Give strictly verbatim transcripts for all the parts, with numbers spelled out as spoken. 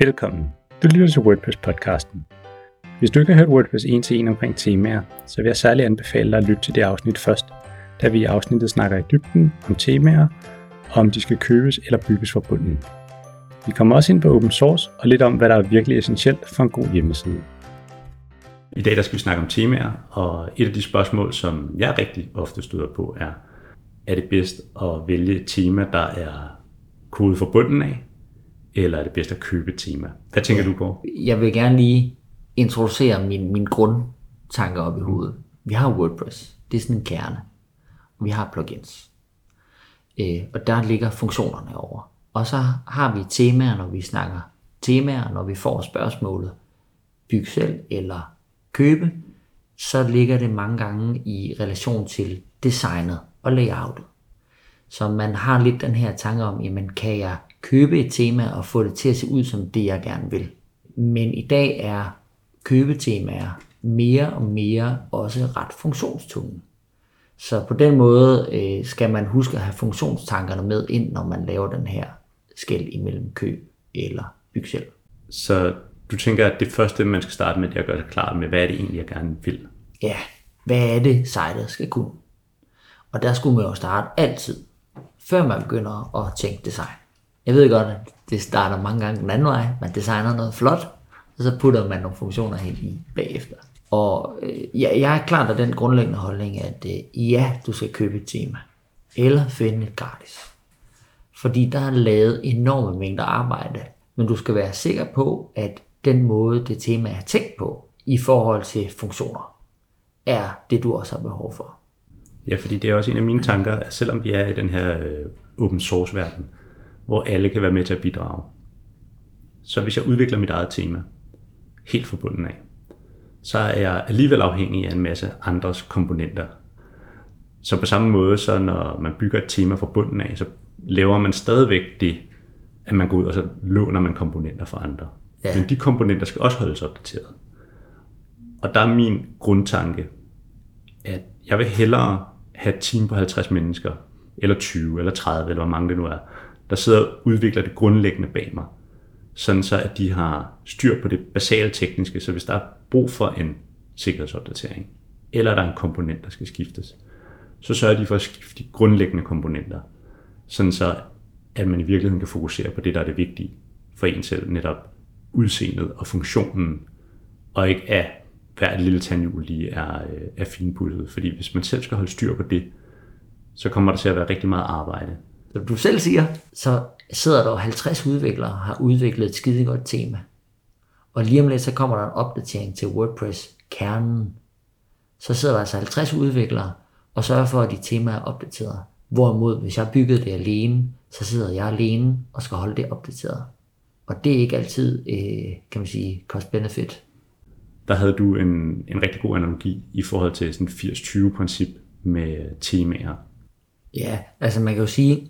Velkommen. Du lytter til WordPress-podcasten. Hvis du ikke har hørt WordPress en til en omkring temaer, så vil jeg særligt anbefale dig at lytte til det afsnit først, da vi i afsnittet snakker i dybden om temaer, og om de skal købes eller bygges fra bunden. Vi kommer også ind på open source og lidt om, hvad der er virkelig essentielt for en god hjemmeside. I dag der skal vi snakke om temaer, og et af de spørgsmål, som jeg rigtig ofte støder på, er, er det bedst at vælge et tema, der er kodet fra bunden af, eller er det bedst at købe et tema? Hvad tænker du på? Jeg vil gerne lige introducere min, min grundtanker op i hovedet. Vi har WordPress. Det er sådan en kerne. Vi har plugins. Øh, og der ligger funktionerne over. Og så har vi temaer, når vi snakker temaer, når vi får spørgsmålet byg selv eller købe, så ligger det mange gange i relation til designet og layoutet. Så man har lidt den her tanke om, jamen kan jeg købe et tema og få det til at se ud som det, jeg gerne vil. Men i dag er købetemaer mere og mere også ret funktionstunge. Så på den måde øh, skal man huske at have funktionstankerne med ind, når man laver den her skel imellem køb eller byg selv. Så du tænker, at det første, man skal starte med, det er at gøre sig klar med, hvad er det egentlig, jeg gerne vil? Ja, hvad er det, sitet skal kunne? Og der skulle man jo starte altid, før man begynder at tænke design. Jeg ved godt, at det starter mange gange den anden vej. Man designer noget flot, og så putter man nogle funktioner hen i bagefter. Og øh, ja, jeg er klart af den grundlæggende holdning, at øh, ja, du skal købe et tema. Eller finde et gratis. Fordi der er lavet enorme mængder arbejde. Men du skal være sikker på, at den måde, det tema er tænkt på, i forhold til funktioner, er det, du også har behov for. Ja, fordi det er også en af mine tanker, at selvom vi er i den her øh, open source verden, hvor alle kan være med til at bidrage, så hvis jeg udvikler mit eget tema, helt fra bunden af, så er jeg alligevel afhængig af en masse andres komponenter. Så på samme måde, så når man bygger et tema fra bunden af, så laver man stadigvæk det, at man går ud og så låner man komponenter fra andre. Ja. Men de komponenter skal også holdes opdateret. Og der er min grundtanke, at jeg vil hellere have et team på halvtreds mennesker, eller tyve, eller tredive, eller hvor mange det nu er, der sidder og udvikler det grundlæggende bag mig, sådan så at de har styr på det basale tekniske, så hvis der er brug for en sikkerhedsopdatering, eller der er en komponent, der skal skiftes, så sørger de for at skifte de grundlæggende komponenter, sådan så at man i virkeligheden kan fokusere på det, der er det vigtige for en selv, netop udseendet og funktionen, og ikke af hvert lille tandhjul lige er, er finpudset. Fordi hvis man selv skal holde styr på det, så kommer der til at være rigtig meget arbejde. Som du selv siger, så sidder der halvtreds udviklere og har udviklet et skide godt tema. Og lige om lidt, så kommer der en opdatering til WordPress-kernen. Så sidder der altså halvtreds udviklere og sørger for, at de temaer er opdateret. Hvorimod, hvis jeg byggede det alene, så sidder jeg alene og skal holde det opdateret. Og det er ikke altid, øh, kan man sige, cost-benefit. Der havde du en, en rigtig god analogi i forhold til sådan firs tyve princip med temaer. Ja, altså man kan jo sige,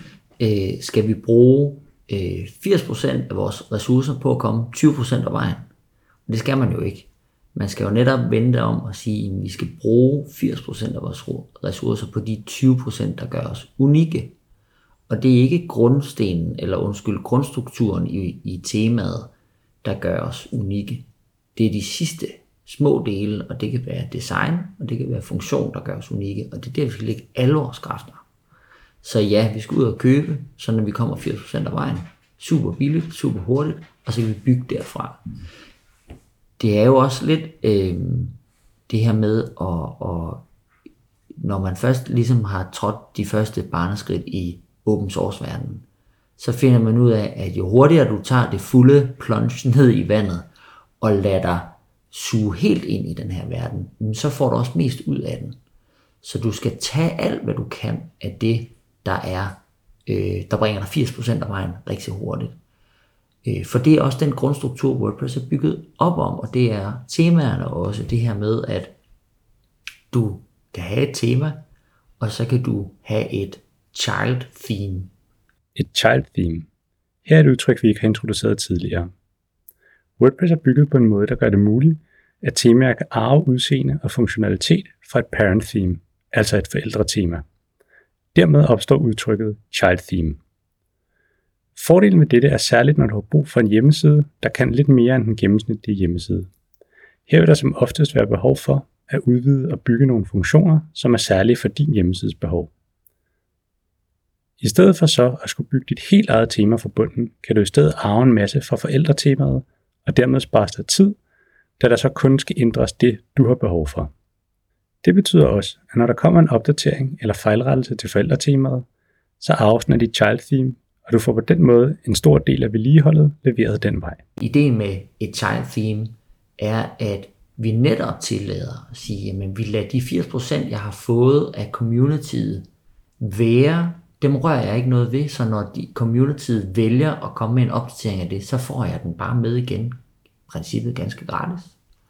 øh, skal vi bruge øh, firs procent af vores ressourcer på at komme tyve procent af vejen? Og det skal man jo ikke. Man skal jo netop vente om at sige, at vi skal bruge firs procent af vores ressourcer på de tyve procent, der gør os unikke. Og det er ikke grundstenen, eller undskyld, grundstrukturen i, i temaet, der gør os unikke. Det er de sidste små dele, og det kan være design, og det kan være funktion, der gør os unikke, og det er der, vi skal lægge alle vores kræfter. Så ja, vi skal ud og købe, så når vi kommer firs procent af vejen, super billigt, super hurtigt, og så kan vi bygge derfra. Det er jo også lidt øh, det her med, at, at, når man først ligesom har trådt de første barneskridt i open source verdenen, så finder man ud af, at jo hurtigere du tager det fulde plunge ned i vandet, og lader dig suge helt ind i den her verden, så får du også mest ud af den. Så du skal tage alt, hvad du kan af det, der er, øh, der bringer dig firs procent af vejen rigtig hurtigt. Øh, for det er også den grundstruktur, WordPress er bygget op om, og det er temaerne også, det her med, at du kan have et tema, og så kan du have et child theme. Et child theme. Her er et udtryk, vi ikke har introduceret tidligere. WordPress er bygget på en måde, der gør det muligt, at temaer kan arve udseende og funktionalitet fra et parent theme, altså et forældretema. Dermed opstår udtrykket child theme. Fordelen med dette er særligt, når du har brug for en hjemmeside, der kan lidt mere end den gennemsnitlige hjemmeside. Her vil der som oftest være behov for at udvide og bygge nogle funktioner, som er særlige for din hjemmesides behov. I stedet for så at skulle bygge dit helt eget tema fra bunden, kan du i stedet arve en masse fra forældretemaet, og dermed spare dig tid, da der så kun skal ændres det, du har behov for. Det betyder også, at når der kommer en opdatering eller fejlrettelse til forældretemaet, så arves den af dit child theme, og du får på den måde en stor del af vedligeholdet leveret den vej. Ideen med et child theme er, at vi netop tillader at sige, jamen vi lader de firs procent, jeg har fået af communityet være, dem rører jeg ikke noget ved, så når de communityet vælger at komme med en opdatering af det, så får jeg den bare med igen. I princippet ganske gratis.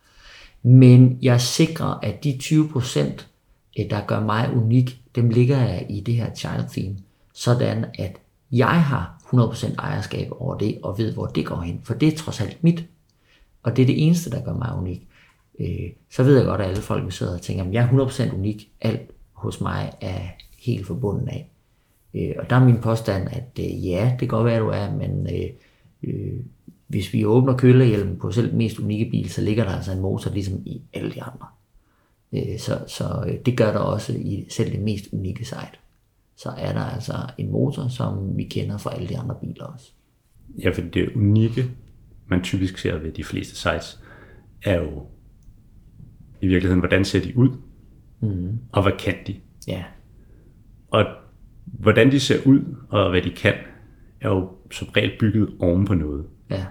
Men jeg sikrer, at de tyve procent, der gør mig unik, dem ligger jeg i det her child theme, sådan at jeg har hundrede procent ejerskab over det, og ved, hvor det går hen. For det er trods alt mit, og det er det eneste, der gør mig unik. Så ved jeg godt, at alle folk vil sidde og tænke, at jeg er hundrede procent unik, alt hos mig er helt forbundet af. Og der er min påstand, at ja, det kan godt være, at du er, men øh, hvis vi åbner kølehjelmen på selv den mest unikke bil, så ligger der altså en motor ligesom i alle de andre. Øh, så, så det gør der også i selv det mest unikke site. Så er der altså en motor, som vi kender fra alle de andre biler også. Ja, for det unikke, man typisk ser ved de fleste sites, er jo i virkeligheden, hvordan ser de ud, mm. og hvad kan de? Ja. Og hvordan de ser ud, og hvad de kan, er jo som regel bygget oven på noget. Ja.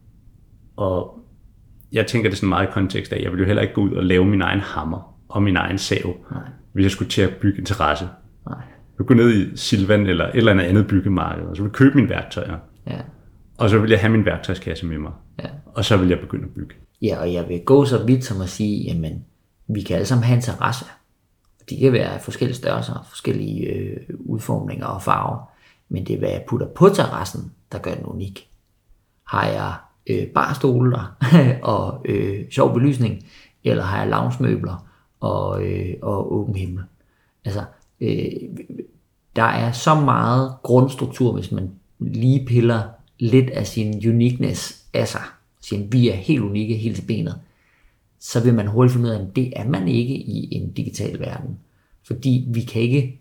Og jeg tænker det sådan meget i kontekst af, at jeg vil jo heller ikke gå ud og lave min egen hammer og min egen sav, Nej. hvis jeg skulle til at bygge en terrasse. Nej. Jeg vil gå ned i Silvan eller et eller andet andet byggemarked, og så vil jeg købe mine værktøjer. Ja. Og så vil jeg have min værktøjskasse med mig. Ja. Og så vil jeg begynde at bygge. Ja, og jeg vil gå så vidt som at sige, jamen, vi kan alle sammen have en terrasse. De kan være af forskellige størrelser, forskellige øh, udformninger og farver. Men det er, hvad jeg putter på terrassen, der gør den unik. Har jeg øh, barstole der, og øh, sjov belysning, eller har jeg loungemøbler og, øh, og åben himmel? Altså, øh, der er så meget grundstruktur, hvis man lige piller lidt af sin uniqueness af sig, siger, vi er helt unikke, helt til benet, så vil man hurtigt finde ud af, at det er man ikke i en digital verden. Fordi vi kan ikke,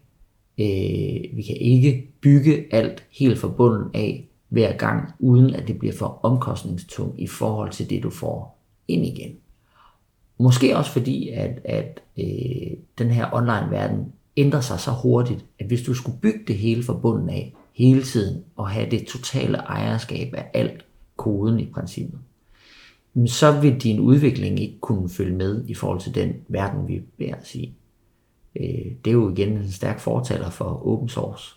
øh, vi kan ikke bygge alt helt fra bunden af hver gang, uden at det bliver for omkostningstungt i forhold til det, du får ind igen. Måske også fordi, at, at øh, den her online-verden ændrer sig så hurtigt, at hvis du skulle bygge det hele fra bunden af, hele tiden, og have det totale ejerskab af alt koden i princippet, så vil din udvikling ikke kunne følge med i forhold til den verden, vi bevæger os i. Det er jo igen en stærk fortaler for open source.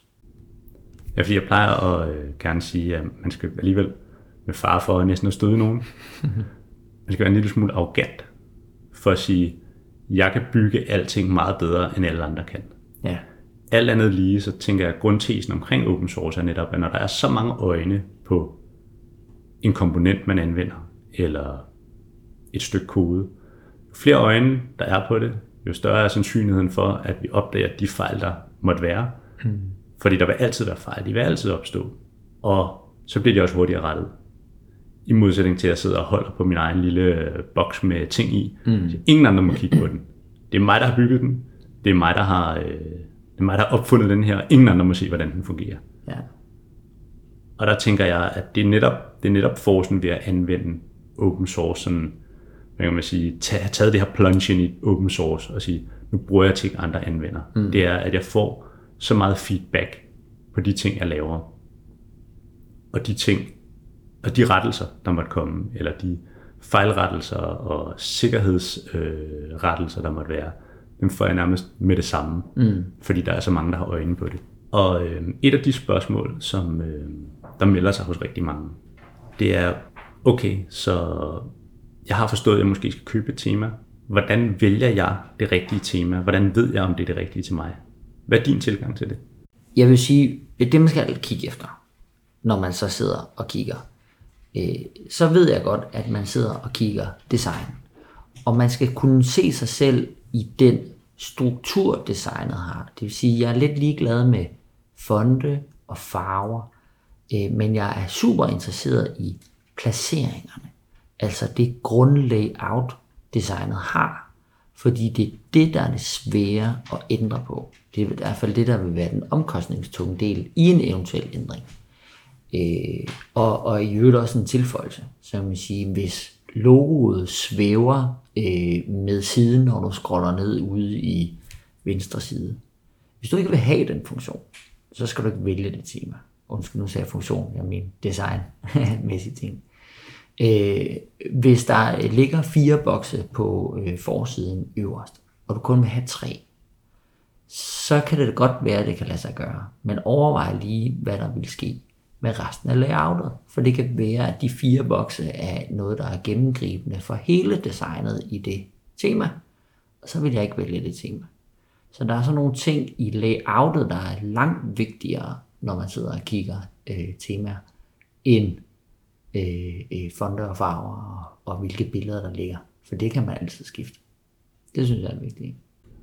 Ja, fordi jeg plejer at øh, gerne sige, at man skal alligevel med fare for næsten at støde nogen. Man skal være en lille smule arrogant for at sige, jeg kan bygge alting meget bedre, end alle andre kan. Ja. Alt andet lige, så tænker jeg, at grundtesen omkring open source er netop, at når der er så mange øjne på en komponent, man anvender, eller et stykke kode, jo flere øjne, der er på det, jo større er sandsynligheden for, at vi opdager de fejl, der måtte være. Mm. Fordi der vil altid være fejl, de vil altid opstå. Og så bliver de også hurtigere rettet. I modsætning til at jeg sidder og holder på min egen lille boks med ting i. Mm. Ingen andre må kigge på den. Det er mig, der har bygget den. Det er mig, der har, øh, det er mig, der har opfundet den her. Ingen andre må se, hvordan den fungerer. Ja. Og der tænker jeg, at det er netop, det er netop forsen ved at anvende open source, sådan, hvad kan man sige, have taget det her plunge ind i open source og sige, nu bruger jeg ting, andre anvender. Mm. Det er, at jeg får så meget feedback på de ting, jeg laver. Og de ting, og de rettelser, der måtte komme, eller de fejlrettelser og sikkerhedsrettelser, øh, der måtte være, dem får jeg nærmest med det samme, mm. fordi der er så mange, der har øjne på det. Og øh, et af de spørgsmål, som øh, der melder sig hos rigtig mange, det er, okay, så jeg har forstået, at jeg måske skal købe et tema. Hvordan vælger jeg det rigtige tema? Hvordan ved jeg, om det er det rigtige til mig? Hvad er din tilgang til det? Jeg vil sige, det man skal kigge efter, når man så sidder og kigger. Så ved jeg godt, at man sidder og kigger design. Og man skal kunne se sig selv i den struktur, designet har. Det vil sige, at jeg er lidt ligeglad med fonte og farver. øh, men jeg er super interesseret i placeringerne. Altså det grundlayout, designet har, fordi det er det, der er det svære at ændre på. Det er i hvert fald det, der vil være den omkostningstunge del i en eventuel ændring. Øh, og, og i øvrigt også en tilføjelse, så man sige, hvis logoet svæver øh, med siden, når du scroller ned ude i venstre side. Hvis du ikke vil have den funktion, så skal du ikke vælge det tema. Undskyld, nu sagde jeg funktion, jeg mener design-mæssige ting. Øh, hvis der ligger fire bokse på øh, forsiden øverst, og du kun vil have tre, så kan det godt være, at det kan lade sig gøre. Men overvej lige, hvad der vil ske med resten af layoutet. For det kan være, at de fire bokse er noget, der er gennemgribende for hele designet i det tema. Og så vil jeg ikke vælge det tema. Så der er sådan nogle ting i layoutet, der er langt vigtigere, når man sidder og kigger øh, temaer, end øh, øh, fonter og farver og, og hvilke billeder der ligger. For det kan man altid skifte. Det synes jeg er vigtigt.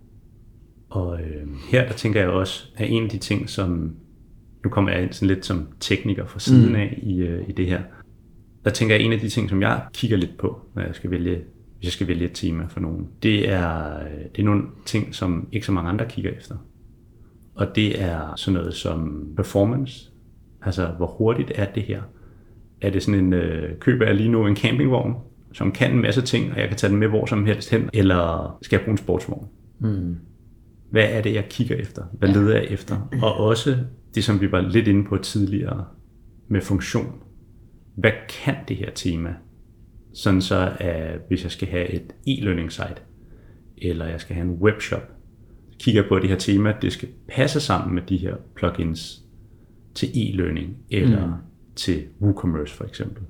Og øh, her der tænker jeg også, at en af de ting, som nu kommer jeg ind sådan lidt som tekniker fra siden af mm. i, øh, i det her, der tænker jeg, at en af de ting, som jeg kigger lidt på, når jeg skal vælge, hvis jeg skal vælge et tema for nogen, det er, det er nogle ting, som ikke så mange andre kigger efter. Og det er sådan noget som performance. Altså, hvor hurtigt er det her? Er det sådan en, øh, køber jeg lige nu en campingvogn, som kan en masse ting, og jeg kan tage den med hvor som helst hen, eller skal jeg bruge en sportsvogn? Mm. Hvad er det, jeg kigger efter? Hvad leder jeg efter? Og også det, som vi var lidt inde på tidligere med funktion. Hvad kan det her tema? Sådan så, at hvis jeg skal have et e-learning site, eller jeg skal have en webshop, kigger på det her tema, det skal passe sammen med de her plugins til e-learning, eller mm. til WooCommerce for eksempel.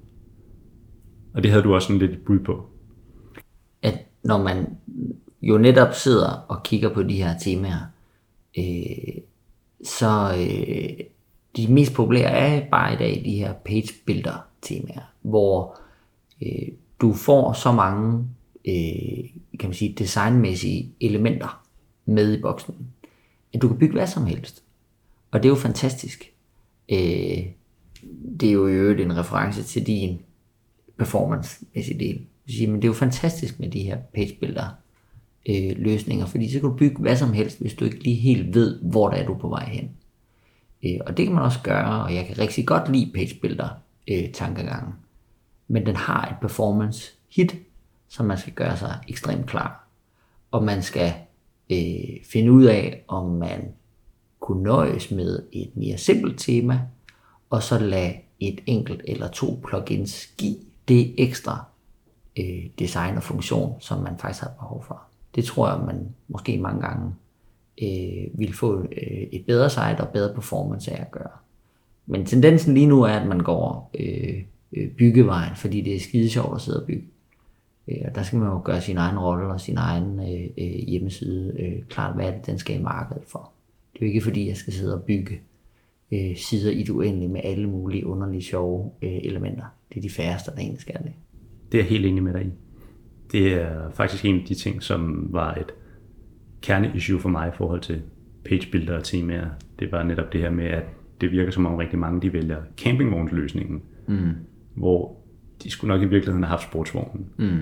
Og det havde du også sådan lidt et bud på. At når man jo netop sidder og kigger på de her temaer, øh, så øh, de mest populære er bare i dag de her page builder temaer, hvor øh, du får så mange øh, kan man sige, designmæssige elementer med i boksen, at du kan bygge hvad som helst. Og det er jo fantastisk. Øh, det er jo i øvrigt en reference til din performance-mæssige del. Men det er jo fantastisk med de her page builder øh, løsninger, fordi så kan du bygge hvad som helst, hvis du ikke lige helt ved, hvor der er du på vej hen. Øh, og det kan man også gøre, og jeg kan rigtig godt lide page builder øh, tankegangen. Men den har et performance hit, som man skal gøre sig ekstremt klar. Og man skal øh, finde ud af, om man kunne nøjes med et mere simpelt tema, og så lade et enkelt eller to plugins give det ekstra øh, design og funktion, som man faktisk har behov for. Det tror jeg, man måske mange gange øh, vil få øh, et bedre site og bedre performance af at gøre. Men tendensen lige nu er, at man går øh, byggevejen, fordi det er skide sjovt at sidde og bygge. Og der skal man jo gøre sin egen rolle og sin egen øh, hjemmeside øh, klart, hvad det den skal i markedet for. Det er jo ikke fordi, jeg skal sidde og bygge øh, sider i det uendelige med alle mulige underlige sjove øh, elementer. Det er de færreste, der egentlig skal det. Det er jeg helt enig med dig i. Det er faktisk en af de ting, som var et kerneissue for mig i forhold til page builder og temaer. Det var netop det her med, at det virker som om rigtig mange de vælger campingvognsløsningen, mm. hvor de skulle nok i virkeligheden have haft sportsvognen. Mm.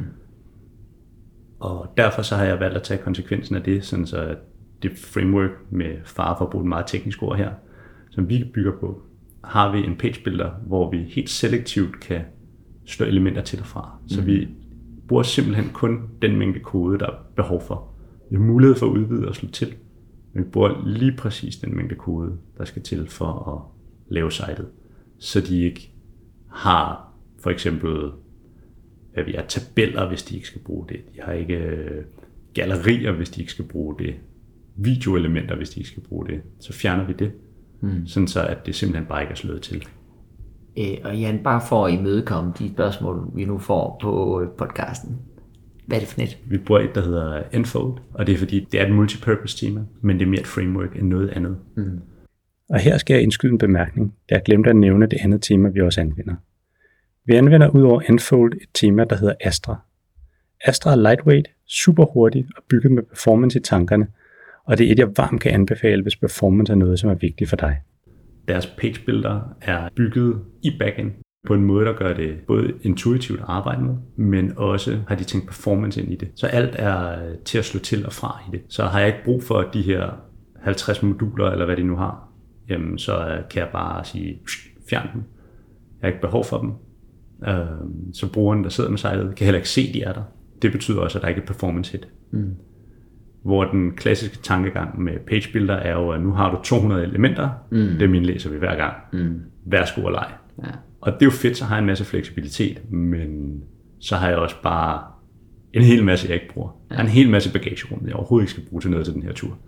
Og derfor så har jeg valgt at tage konsekvensen af det, sådan så at det framework med fare for at bruge et meget teknisk ord her, som vi bygger på, har vi en page builder, hvor vi helt selektivt kan slå elementer til og fra. Så mm. vi bruger simpelthen kun den mængde kode, der er behov for. Vi har mulighed for at udvide og slå til, men vi bruger lige præcis den mængde kode, der skal til for at lave sitet, så de ikke har for eksempel, hvad vi er, tabeller, hvis de ikke skal bruge det. De har ikke gallerier, hvis de ikke skal bruge det. Videoelementer, hvis de ikke skal bruge det. Så fjerner vi det, mm. sådan så at det simpelthen bare ikke er slået til. Øh, og Jan, bare for at imødekomme de spørgsmål, vi nu får på podcasten. Hvad er det for net? Vi bruger et, der hedder Enfold, og det er fordi, det er et multipurpose tema, men det er mere et framework end noget andet. Mm. Og her skal jeg indskyde en bemærkning, da jeg glemte at nævne det andet tema, vi også anvender. Vi anvender udover Enfold et tema, der hedder Astra. Astra er lightweight, super hurtigt og bygget med performance i tankerne, og det er et, jeg varmt kan anbefale, hvis performance er noget, som er vigtigt for dig. Deres page builder er bygget i backend på en måde, der gør det både intuitivt at arbejde med, men også har de tænkt performance ind i det. Så alt er til at slå til og fra i det. Så har jeg ikke brug for de her halvtreds moduler, eller hvad de nu har, jamen så kan jeg bare sige, fjern dem. Jeg har ikke behov for dem. Så brugeren, der sidder med sitet, kan heller ikke se, de er der. Det betyder også, at der ikke er performance hit. Mm. Hvor den klassiske tankegang med page builder er jo, at nu har du to hundrede elementer, mm. dem indlæser vi hver gang. Mm. Værsgo og leg. Ja. Og det er jo fedt, så har jeg en masse fleksibilitet, men så har jeg også bare en hel masse, jeg ikke bruger. Ja. Jeg har en hel masse bagagerum, jeg overhovedet ikke skal bruge til noget til den her tur.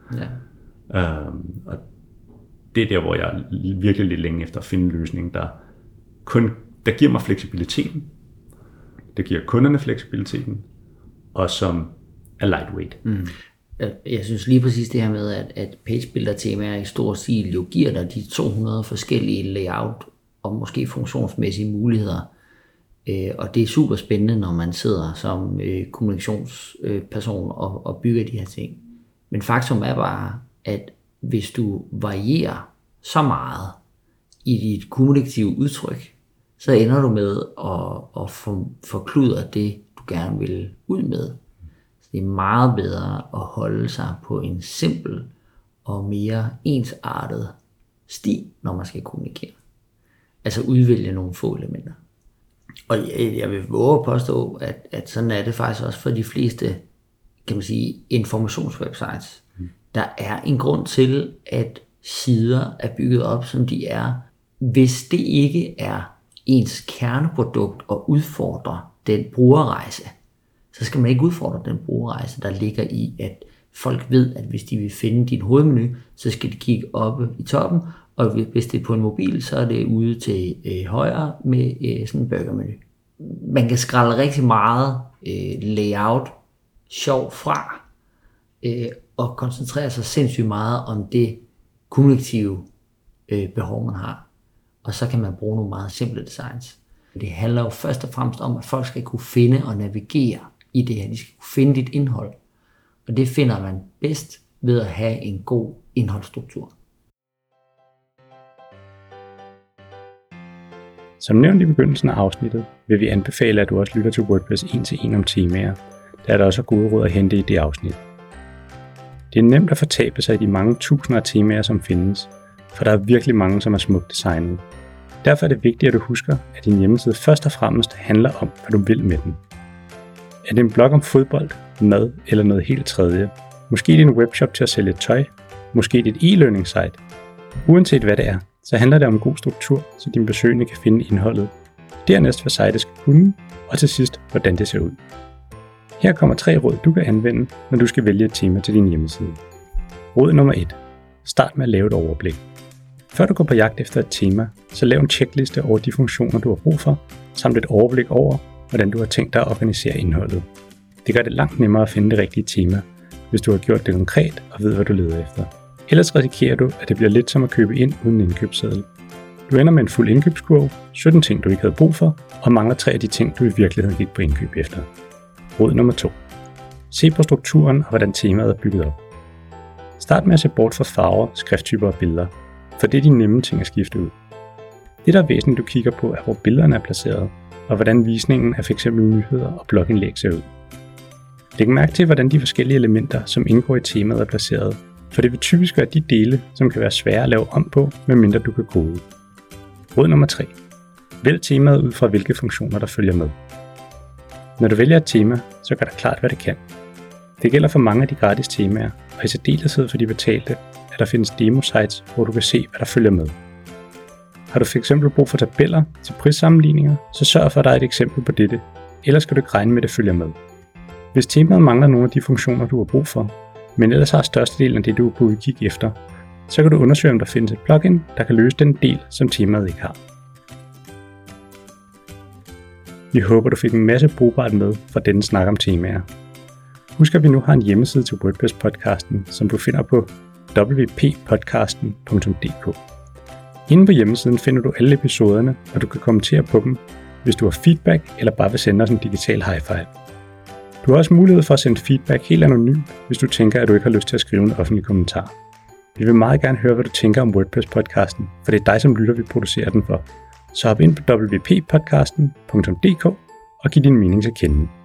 Ja. Øhm, og det er der, hvor jeg er virkelig lidt længe efter at finde en løsning, der kun der giver mig fleksibiliteten, der giver kunderne fleksibiliteten, og som er lightweight. Mm. Jeg synes lige præcis det her med, at, at pagebuilder-temaer i stor stil jo giver dig de to hundrede forskellige layout og måske funktionsmæssige muligheder. Øh, og det er super spændende, når man sidder som øh, kommunikationsperson og, og bygger de her ting. Men faktum er bare, at hvis du varierer så meget i dit kommunikative udtryk, så ender du med at, at for, forkludre det, du gerne vil ud med. Så det er meget bedre at holde sig på en simpel og mere ensartet sti, når man skal kommunikere. Altså udvælge nogle få elementer. Og jeg, jeg vil våge at påstå, at, at sådan er det faktisk også for de fleste, kan man sige, informationswebsites. Mm. Der er en grund til, at sider er bygget op, som de er. Hvis det ikke er ens kerneprodukt at udfordre den brugerrejse, så skal man ikke udfordre den brugerrejse, der ligger i, at folk ved, at hvis de vil finde din hovedmenu, så skal de kigge oppe i toppen, og hvis det er på en mobil, så er det ude til øh, højre med øh, sådan en burgermenu. Man kan skrælle rigtig meget øh, layout sjov fra, øh, og koncentrere sig sindssygt meget om det kommunikative øh, behov, man har. Og så kan man bruge nogle meget simple designs. Det handler jo først og fremmest om, at folk skal kunne finde og navigere i det her. De skal kunne finde dit indhold. Og det finder man bedst ved at have en god indholdsstruktur. Som nævnt i begyndelsen af afsnittet, vil vi anbefale, at du også lytter til WordPress en til en om temaer, da der også er gode råd at hente i det afsnit. Det er nemt at fortabe sig i de mange tusinder af temaer, som findes, for der er virkelig mange, som er smukt designet. Derfor er det vigtigt, at du husker, at din hjemmeside først og fremmest handler om, hvad du vil med den. Er det en blog om fodbold, mad eller noget helt tredje? Måske er det en webshop til at sælge tøj? Måske er det et e-learning site? Uanset hvad det er, så handler det om en god struktur, så dine besøgende kan finde indholdet. Dernæst hvad sitet skal kunne, og til sidst hvordan det ser ud. Her kommer tre råd, du kan anvende, når du skal vælge et tema til din hjemmeside. Råd nummer et. Start med at lave et overblik. Før du går på jagt efter et tema, så lav en checkliste over de funktioner, du har brug for, samt et overblik over, hvordan du har tænkt dig at organisere indholdet. Det gør det langt nemmere at finde det rigtige tema, hvis du har gjort det konkret og ved, hvad du leder efter. Ellers risikerer du, at det bliver lidt som at købe ind uden indkøbsseddel. Du ender med en fuld indkøbskurv, sytten ting, du ikke havde brug for, og mangler tre af de ting, du i virkeligheden gik på indkøb efter. Råd nummer to. Se på strukturen og hvordan temaet er bygget op. Start med at se bort fra farver, skrifttyper og billeder, for det er de nemme ting at skifte ud. Det, der er væsentligt, du kigger på, er, hvor billederne er placeret, og hvordan visningen af f.eks. nyheder og blogindlæg ser ud. Læg mærke til, hvordan de forskellige elementer, som indgår i temaet, er placeret, for det vil typisk være de dele, som kan være svære at lave om på, medmindre du kan kode. Råd nummer tre. Vælg temaet ud fra, hvilke funktioner der følger med. Når du vælger et tema, så gør det klart, hvad det kan. Det gælder for mange af de gratis temaer, og i særdeleshed for de betalte, at der findes demo-sites, hvor du kan se, hvad der følger med. Har du fx brug for tabeller til prissammenligninger, så sørg for, at der er et eksempel på dette, ellers skal du ikke regne med, at det følger med. Hvis temaet mangler nogle af de funktioner, du har brug for, men ellers har størstedelen af det, du er på udkig efter, så kan du undersøge, om der findes et plugin, der kan løse den del, som temaet ikke har. Vi håber, du fik en masse brugbart med fra denne snak om temaer. Husk, at vi nu har en hjemmeside til WordPress-podcasten, som du finder på w p podcasten punktum d k. Inde på hjemmesiden finder du alle episoderne, og du kan kommentere på dem, hvis du har feedback eller bare vil sende os en digital high five. Du har også mulighed for at sende feedback helt anonymt, hvis du tænker, at du ikke har lyst til at skrive en offentlig kommentar. Vi vil meget gerne høre, hvad du tænker om WordPress-podcasten, for det er dig som lytter, vi producerer den for. Så hop ind på w p podcasten punktum d k og giv din mening til kende.